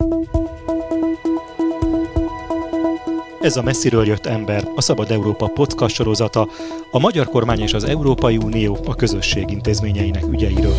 Ez a Messziről jött ember, a Szabad Európa podcast sorozata, a magyar kormány és az Európai Unió a közösség intézményeinek ügyeiről.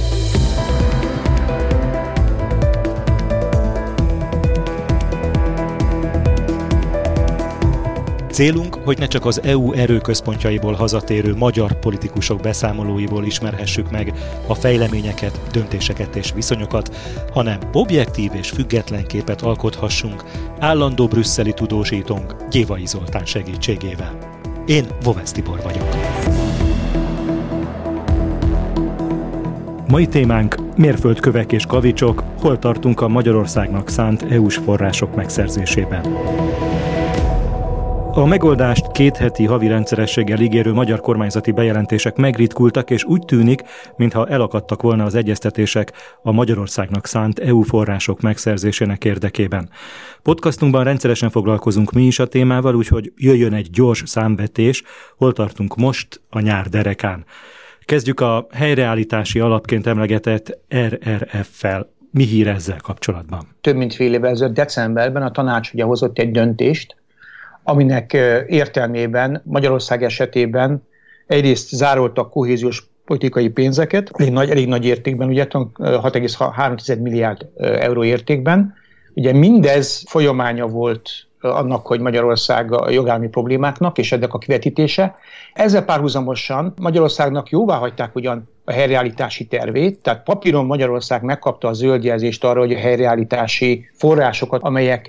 Célunk, hogy ne csak az EU erőközpontjaiból hazatérő magyar politikusok beszámolóiból ismerhessük meg a fejleményeket, döntéseket és viszonyokat, hanem objektív és független képet alkothassunk állandó brüsszeli tudósítónk Gyévai Zoltán segítségével. Én Vovesz Tibor vagyok. Mai témánk mérföldkövek és kavicsok, hol tartunk a Magyarországnak szánt EU-s források megszerzésében. A megoldást 2 heti havi rendszerességgel ígérő magyar kormányzati bejelentések megritkultak, és úgy tűnik, mintha elakadtak volna az egyeztetések a Magyarországnak szánt EU források megszerzésének érdekében. Podcastunkban rendszeresen foglalkozunk mi is a témával, úgyhogy jöjjön egy gyors számvetés, hol tartunk most a nyár derekán. Kezdjük a helyreállítási alapként emlegetett RRF-fel. Mi hír ezzel kapcsolatban? Több mint fél évvel ezelőtt decemberben a tanács ugye hozott egy döntést, aminek értelmében Magyarország esetében egyrészt zároltak kohéziós politikai pénzeket, elég nagy értékben, ugye 6,3 milliárd euró értékben. Ugye mindez folyamánya volt annak, hogy Magyarország a jogállami problémáknak, és ennek a kivetítése. Ezzel párhuzamosan Magyarországnak jóvá hagyták ugyan a helyreállítási tervét, tehát papíron Magyarország megkapta a zöld jelzést arra, hogy a helyreállítási forrásokat, amelyek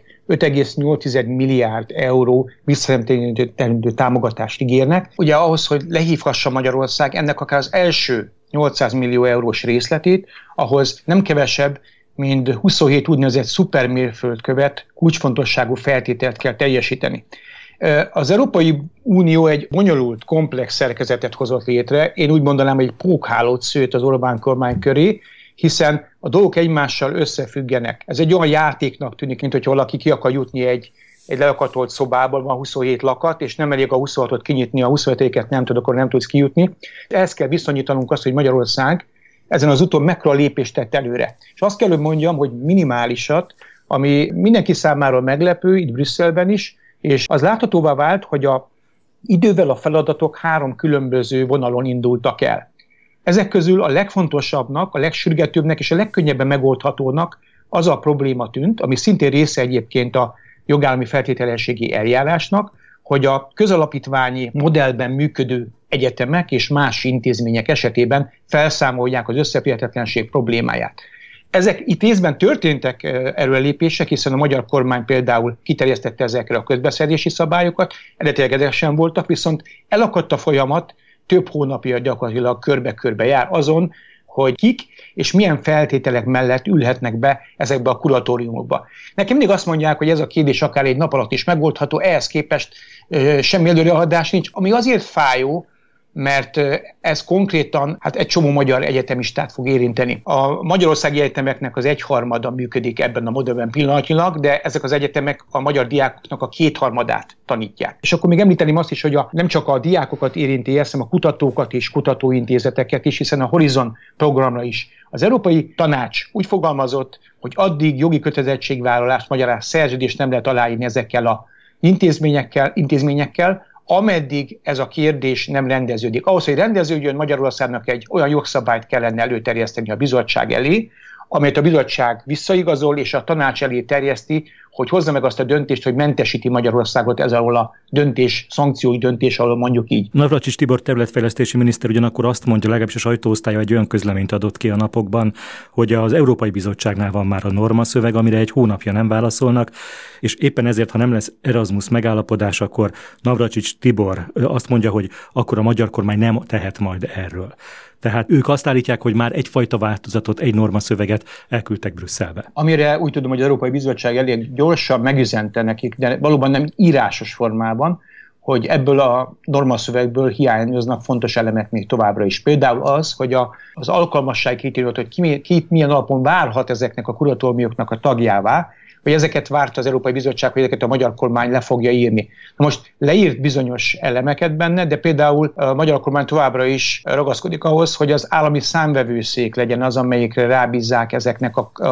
5,8 milliárd euró visszanemtérítő támogatást ígérnek. Ugye ahhoz, hogy lehívhassa Magyarország ennek akár az első 800 millió eurós részletét, ahhoz nem kevesebb, mint 27 úgynevezett szupermérföldkövet, kulcsfontosságú feltételt kell teljesíteni. Az Európai Unió egy bonyolult, komplex szerkezetet hozott létre, én úgy mondanám, hogy egy pókhálót szőtt az Orbán kormány köré, hiszen a dolgok egymással összefüggenek. Ez egy olyan játéknak tűnik, mint hogy valaki ki akar jutni egy lelakatolt szobában, van 27 lakat, és nem elég a 26-ot kinyitni, a 27-et nem tud, akkor nem tudsz kijutni. Ehhez kell viszonyítanunk azt, hogy Magyarország ezen az úton mekkora lépést tett előre. És azt kell, hogy mondjam, hogy minimálisat, ami mindenki számára meglepő, itt Brüsszelben is, és az láthatóvá vált, hogy idővel a feladatok 3 különböző vonalon indultak el. Ezek közül a legfontosabbnak, a legsürgetőbbnek és a legkönnyebben megoldhatónak az a probléma tűnt, ami szintén része egyébként a jogállami feltételességi eljárásnak, hogy a közalapítványi modellben működő egyetemek és más intézmények esetében felszámolják az összeférhetetlenség problémáját. Ezek itt részben történtek előrelépések, hiszen a magyar kormány például kiterjesztette ezekre a közbeszerzési szabályokat, eredetileg ezek sem voltak, viszont elakadt a folyamat, több hónapja gyakorlatilag körbe-körbe jár azon, hogy kik és milyen feltételek mellett ülhetnek be ezekbe a kuratóriumokba. Nekem mindig azt mondják, hogy ez a kérdés akár egy nap alatt is megoldható, ehhez képest semmi előrehaladás nincs, ami azért fájó, mert ez konkrétan egy csomó magyar egyetemistát fog érinteni. A magyarországi egyetemeknek az 1/3 működik ebben a modellben pillanatnyilag, de ezek az egyetemek a magyar diákoknak a 2/3 tanítják. És akkor még említeném azt is, hogy nem csak a diákokat érinti ezt, hanem a kutatókat és kutatóintézeteket is, hiszen a Horizon programra is az Európai Tanács úgy fogalmazott, hogy addig jogi kötelezettségvállalást, magyarán szerződést nem lehet aláírni ezekkel az intézményekkel, ameddig ez a kérdés nem rendeződik. Ahhoz, hogy rendeződjön, Magyarországnak egy olyan jogszabályt kellene előterjeszteni a bizottság elé, amelyet a bizottság visszaigazol, és a tanács elé terjeszti, hogy hozza meg azt a döntést, hogy mentesíti Magyarországot ez alól a szankciói döntés alól, mondjuk így. Navracsics Tibor területfejlesztési miniszter ugyanakkor azt mondja, legalábbis a sajtóosztálya egy olyan közleményt adott ki a napokban, hogy az Európai Bizottságnál van már a normaszöveg, amire 1 hónapja nem válaszolnak, és éppen ezért, ha nem lesz Erasmus megállapodás, akkor Navracsics Tibor azt mondja, hogy akkor a magyar kormány nem tehet majd erről. Tehát ők azt állítják, hogy már egyfajta változatot, egy normaszöveget elküldtek Brüsszelbe. Amire úgy tudom, hogy az Európai Bizottság elég gyorsan megüzente nekik, de valóban nem írásos formában, hogy ebből a normaszövegből hiányoznak fontos elemek még továbbra is. Például az, hogy az alkalmassági kritériumot, hogy ki milyen alapon várhat ezeknek a kuratóriumoknak a tagjává, hogy ezeket várt az Európai Bizottság, hogy ezeket a magyar kormány le fogja írni. Na most leírt bizonyos elemeket benne, de például a magyar kormány továbbra is ragaszkodik ahhoz, hogy az állami számvevőszék legyen az, amelyikre rábízzák ezeknek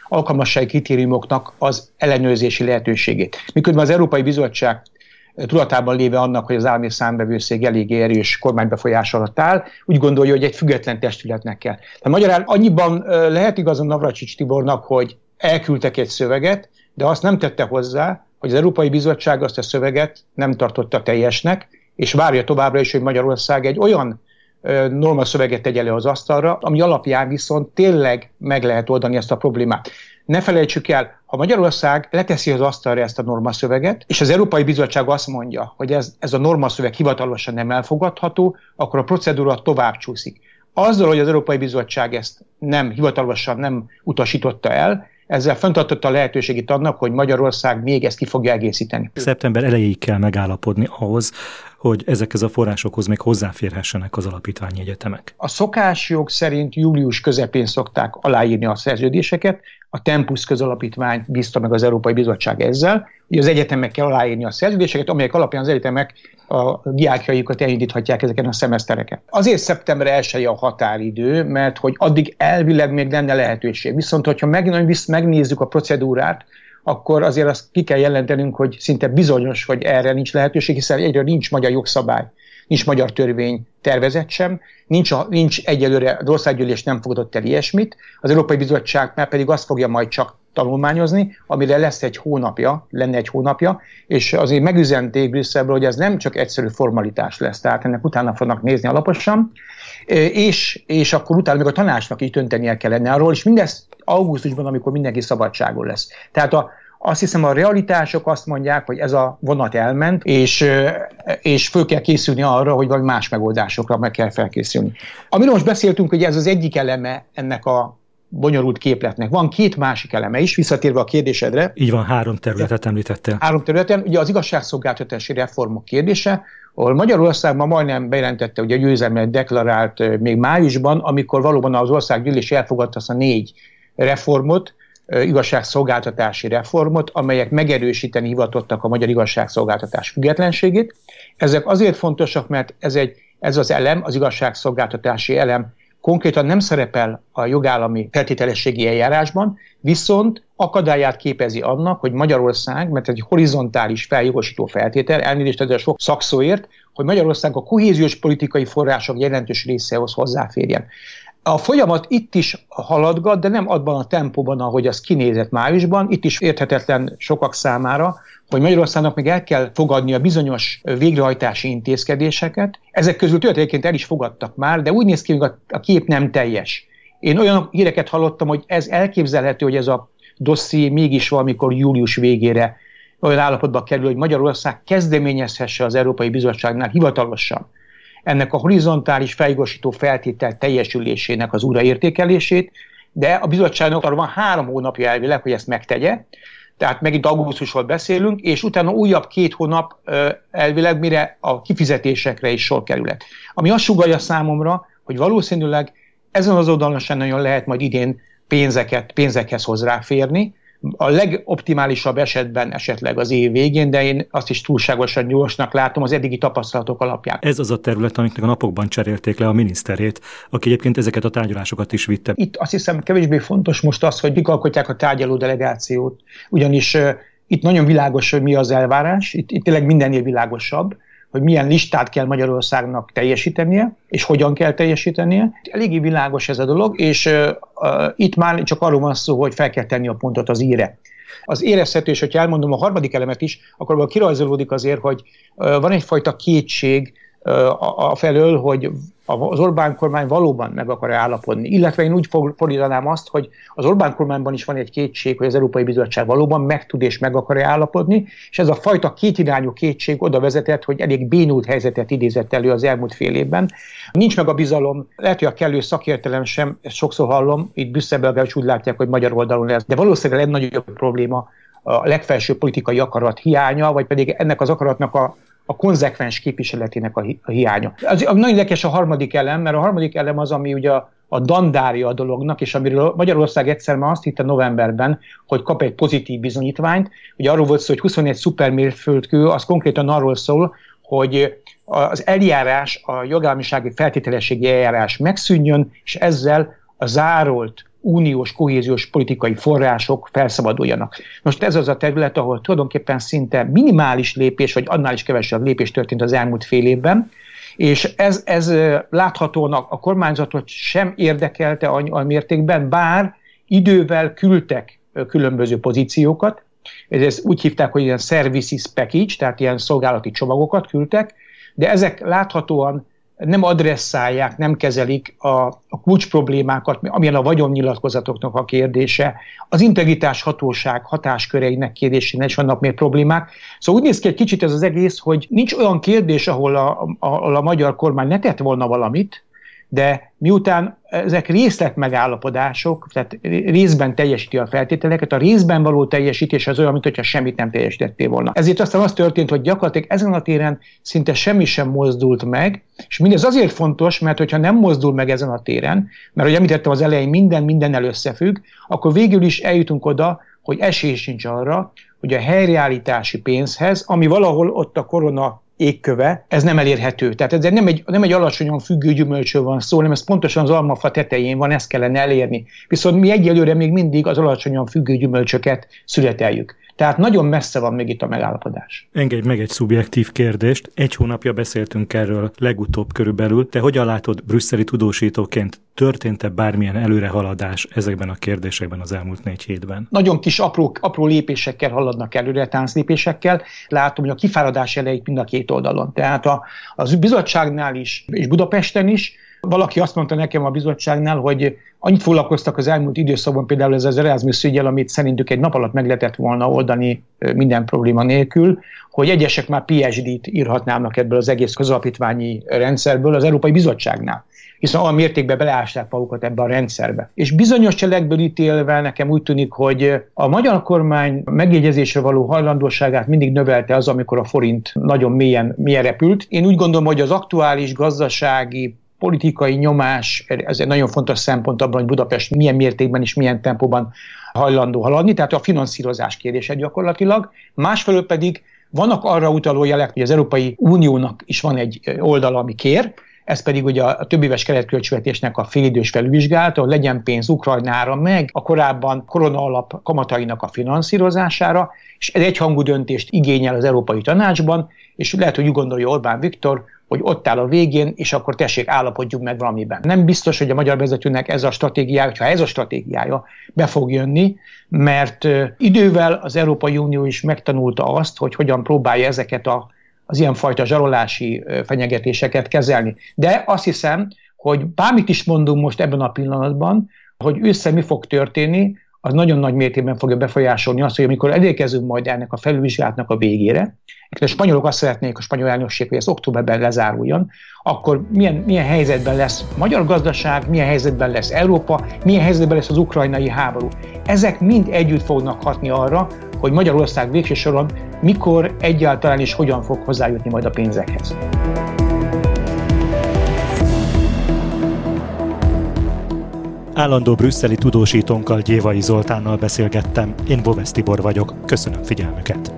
alkalmassági kritériumoknak az ellenőrzési lehetőségét. Miközben az Európai Bizottság tudatában léve annak, hogy az állami számvevőszék elég erős kormánybefolyás alatt áll, úgy gondolja, hogy egy független testületnek kell. Tehát magyarán annyiban lehet igazán Navracsics Tibornak, hogy elküldtek egy szöveget, de azt nem tette hozzá, hogy az Európai Bizottság azt a szöveget nem tartotta teljesnek, és várja továbbra is, hogy Magyarország egy olyan normaszöveget tegye le az asztalra, ami alapján viszont tényleg meg lehet oldani ezt a problémát. Ne felejtsük el, ha Magyarország leteszi az asztalra ezt a normaszöveget, és az Európai Bizottság azt mondja, hogy ez a normaszöveg hivatalosan nem elfogadható, akkor a procedúra tovább csúszik. Azzal, hogy az Európai Bizottság ezt hivatalosan nem utasította el, ezzel fenntartotta a lehetőségét annak, hogy Magyarország még ezt ki fogja egészíteni. Szeptember elejéig kell megállapodni ahhoz, hogy ezekhez a forrásokhoz még hozzáférhessenek az alapítványi egyetemek. A szokásjog szerint július közepén szokták aláírni a szerződéseket, a Tempus közalapítvány bízta meg az Európai Bizottság ezzel, hogy az egyetemek kell aláírni a szerződéseket, amelyek alapján az egyetemek a diákjaikat elindíthatják ezeken a szemesztereken. Azért szeptember 1 a határidő, mert hogy addig elvileg még lenne lehetőség. Viszont, hogyha megnézzük a procedúrát, akkor azért azt ki kell jelentenünk, hogy szinte bizonyos, hogy erre nincs lehetőség, hiszen egyre nincs magyar jogszabály, nincs magyar törvény tervezet sem, nincs egyelőre, az országgyűlés nem fogadott el ilyesmit, az Európai Bizottság már pedig azt fogja majd csak tanulmányozni, amire lenne egy hónapja, és azért megüzenték Brüsszelből, hogy ez nem csak egyszerű formalitás lesz, tehát ennek utána fognak nézni alaposan, és akkor utána még a tanácsnak is döntenie kellene arról, és mindezt augusztusban, amikor mindenki szabadságon lesz. Tehát azt hiszem, a realitások azt mondják, hogy ez a vonat elment, és föl kell készülni arra, hogy valami más megoldásokra meg kell felkészülni. Amiről most beszéltünk, hogy ez az egyik eleme ennek a bonyolult képletnek. Van két másik eleme is, visszatérve a kérdésedre. Így van, 3 területet említettél. 3 területen, ugye az igazságszolgáltatási reformok kérdése, ahol Magyarország ma majdnem bejelentette, hogy a győzelmet deklarált még májusban, amikor valóban az országgyűlés elfogadta azt a 4 reformot, igazságszolgáltatási reformot, amelyek megerősíteni hivatottak a magyar igazságszolgáltatás függetlenségét. Ezek azért fontosak, mert ez az elem, az igazságszolgáltatási elem konkrétan nem szerepel a jogállami feltételességi eljárásban, viszont akadályát képezi annak, hogy Magyarország, mert ez egy horizontális feljogosító feltétel, elnézést ezzel sok szakszóért, hogy Magyarország a kohéziós politikai források jelentős részéhez hozzáférjen. A folyamat itt is haladgat, de nem abban a tempóban, ahogy az kinézett májusban. Itt is érthetetlen sokak számára, hogy Magyarországnak még el kell fogadnia bizonyos végrehajtási intézkedéseket. Ezek közül történetként el is fogadtak már, de úgy néz ki, hogy a kép nem teljes. Én olyan híreket hallottam, hogy ez elképzelhető, hogy ez a dosszié mégis valamikor július végére olyan állapotba kerül, hogy Magyarország kezdeményezhesse az Európai Bizottságnál hivatalosan ennek a horizontális feljogosító feltétel teljesülésének az újraértékelését, de a bizottságnak arra van 3 hónapja elvileg, hogy ezt megtegye, tehát megint augusztusról beszélünk, és utána újabb 2 hónap elvileg, mire a kifizetésekre is sor kerülhet. Ami azt sugallja számomra, hogy valószínűleg ezen az oldalon sem nagyon lehet majd idén pénzekhez hozzáférni, a legoptimálisabb esetben esetleg az év végén, de én azt is túlságosan gyorsnak látom az eddigi tapasztalatok alapján. Ez az a terület, amiknek a napokban cserélték le a miniszterét, aki egyébként ezeket a tárgyalásokat is vitte. Itt azt hiszem kevésbé fontos most az, hogy kik alkotják a tárgyaló delegációt, ugyanis itt nagyon világos, hogy mi az elvárás, itt tényleg mindennél világosabb, hogy milyen listát kell Magyarországnak teljesítenie, és hogyan kell teljesítenie. Eléggé világos ez a dolog, és itt már csak arról van szó, hogy fel kell tenni a pontot az íre. Az érezhető, és hogyha elmondom a harmadik elemet is, akkor kirajzolódik azért, hogy van egyfajta kétség afelől, hogy az Orbán kormány valóban meg akar állapodni. Illetve én úgy fordítanám azt, hogy az Orbán kormányban is van egy kétség, hogy az Európai Bizottság valóban meg tud és meg akar állapodni, és ez a fajta kétirányú kétség oda vezetett, hogy elég bénult helyzetet idézett elő az elmúlt fél évben. Nincs meg a bizalom, lehet, hogy a kellő szakértelem sem, ezt sokszor hallom, itt Brüsszelben is úgy látják, hogy magyar oldalon lesz, de valószínűleg a legnagyobb probléma a legfelsőbb politikai akarat hiánya, vagy pedig ennek az akaratnak a konzekvens képviseletének a hiánya. Az nagyon érdekes a harmadik elem, mert a harmadik elem az, ami ugye a dandárja a dolognak, és amiről Magyarország egyszer már azt hitte novemberben, hogy kap egy pozitív bizonyítványt. Ugye arról volt szó, hogy 21 szupermérföldkő, az konkrétan arról szól, hogy az eljárás, a jogállamisági feltételességi eljárás megszűnjön, és ezzel a zárolt uniós, kohéziós politikai források felszabaduljanak. Most ez az a terület, ahol tulajdonképpen szinte minimális lépés, vagy annál is kevesebb lépés történt az elmúlt fél évben, és ez láthatóan a kormányzatot sem érdekelte a mértékben, bár idővel küldtek különböző pozíciókat, ezt úgy hívták, hogy ilyen services package, tehát ilyen szolgálati csomagokat küldtek, de ezek láthatóan nem adresszálják, nem kezelik a kulcsproblémákat, amilyen a vagyonnyilatkozatoknak a kérdése, az integritás hatóság hatásköreinek kérdésénél is vannak még problémák. Szóval úgy néz ki egy kicsit ez az egész, hogy nincs olyan kérdés, ahol a magyar kormány ne tett volna valamit, de miután ezek részletmegállapodások, tehát részben teljesíti a feltételeket, a részben való teljesítés az olyan, mintha semmit nem teljesítettél volna. Ezért aztán az történt, hogy gyakorlatilag ezen a téren szinte semmi sem mozdult meg, és mindez azért fontos, mert hogyha nem mozdul meg ezen a téren, mert ahogy említettem az elején, mindennel összefügg, akkor végül is eljutunk oda, hogy esély sincs arra, hogy a helyreállítási pénzhez, ami valahol ott a korona égköve, ez nem elérhető. Tehát ez nem egy alacsonyan függő gyümölcsről van szó, hanem ez pontosan az almafa tetején van, ezt kellene elérni. Viszont mi egyelőre még mindig az alacsonyan függő gyümölcsöket születeljük. Tehát nagyon messze van még itt a megállapodás. Engedj meg egy szubjektív kérdést. 1 hónapja beszéltünk erről legutóbb körülbelül. Te hogyan látod brüsszeli tudósítóként, történt-e bármilyen előrehaladás ezekben a kérdésekben az elmúlt 4 hétben? Nagyon kis apró lépésekkel haladnak előre, tánclépésekkel. Látom, hogy a kifáradás elejét mind a két oldalon. Tehát a bizottságnál is, és Budapesten is. Valaki azt mondta nekem a bizottságnál, hogy annyit foglalkoztak az elmúlt időszakban például ez az Erasmus üggyel, amit szerintük egy nap alatt meg lehetett volna oldani minden probléma nélkül, hogy egyesek már PhD-t írhatnának ebből az egész közalapítványi rendszerből az Európai Bizottságnál, hiszen olyan mértékben beleásták magukat ebbe a rendszerbe. És bizonyos cselekből ítélve nekem úgy tűnik, hogy a magyar kormány megjegyezésre való hajlandóságát mindig növelte az, amikor a forint nagyon mélyen repült. Én úgy gondolom, hogy az aktuális gazdasági politikai nyomás, ez egy nagyon fontos szempont abban, hogy Budapest milyen mértékben és milyen tempóban hajlandó haladni, tehát a finanszírozás kérdése gyakorlatilag. Másfelől pedig vannak arra utaló jelek, hogy az Európai Uniónak is van egy oldala, ami kér, ez pedig ugye a többéves keretköltségvetésnek a félidős felülvizsgálata, hogy legyen pénz Ukrajnára, meg a korábban korona alap kamatainak a finanszírozására, és ez egyhangú döntést igényel az Európai Tanácsban, és lehet, hogy úgy gondolja Orbán Viktor, hogy ott áll a végén, és akkor tessék, állapodjunk meg valamiben. Nem biztos, hogy a magyar vezetőnek ez a stratégiája, ha ez a stratégiája be fog jönni, mert idővel az Európai Unió is megtanulta azt, hogy hogyan próbálja ezeket az ilyenfajta zsarolási fenyegetéseket kezelni. De azt hiszem, hogy bármit is mondunk most ebben a pillanatban, hogy össze mi fog történni, az nagyon nagy mértékben fogja befolyásolni azt, hogy amikor elérkezünk majd ennek a felülvizsgálatnak a végére, a spanyolok azt szeretnék, a spanyol elnökség, hogy ez októberben lezáruljon, akkor milyen helyzetben lesz a magyar gazdaság, milyen helyzetben lesz Európa, milyen helyzetben lesz az ukrajnai háború. Ezek mind együtt fognak hatni arra, hogy Magyarország végső soron mikor egyáltalán és hogyan fog hozzájutni majd a pénzekhez. Állandó brüsszeli tudósítónkkal, Gyévai Zoltánnal beszélgettem. Én Bovesz Tibor vagyok. Köszönöm figyelmüket.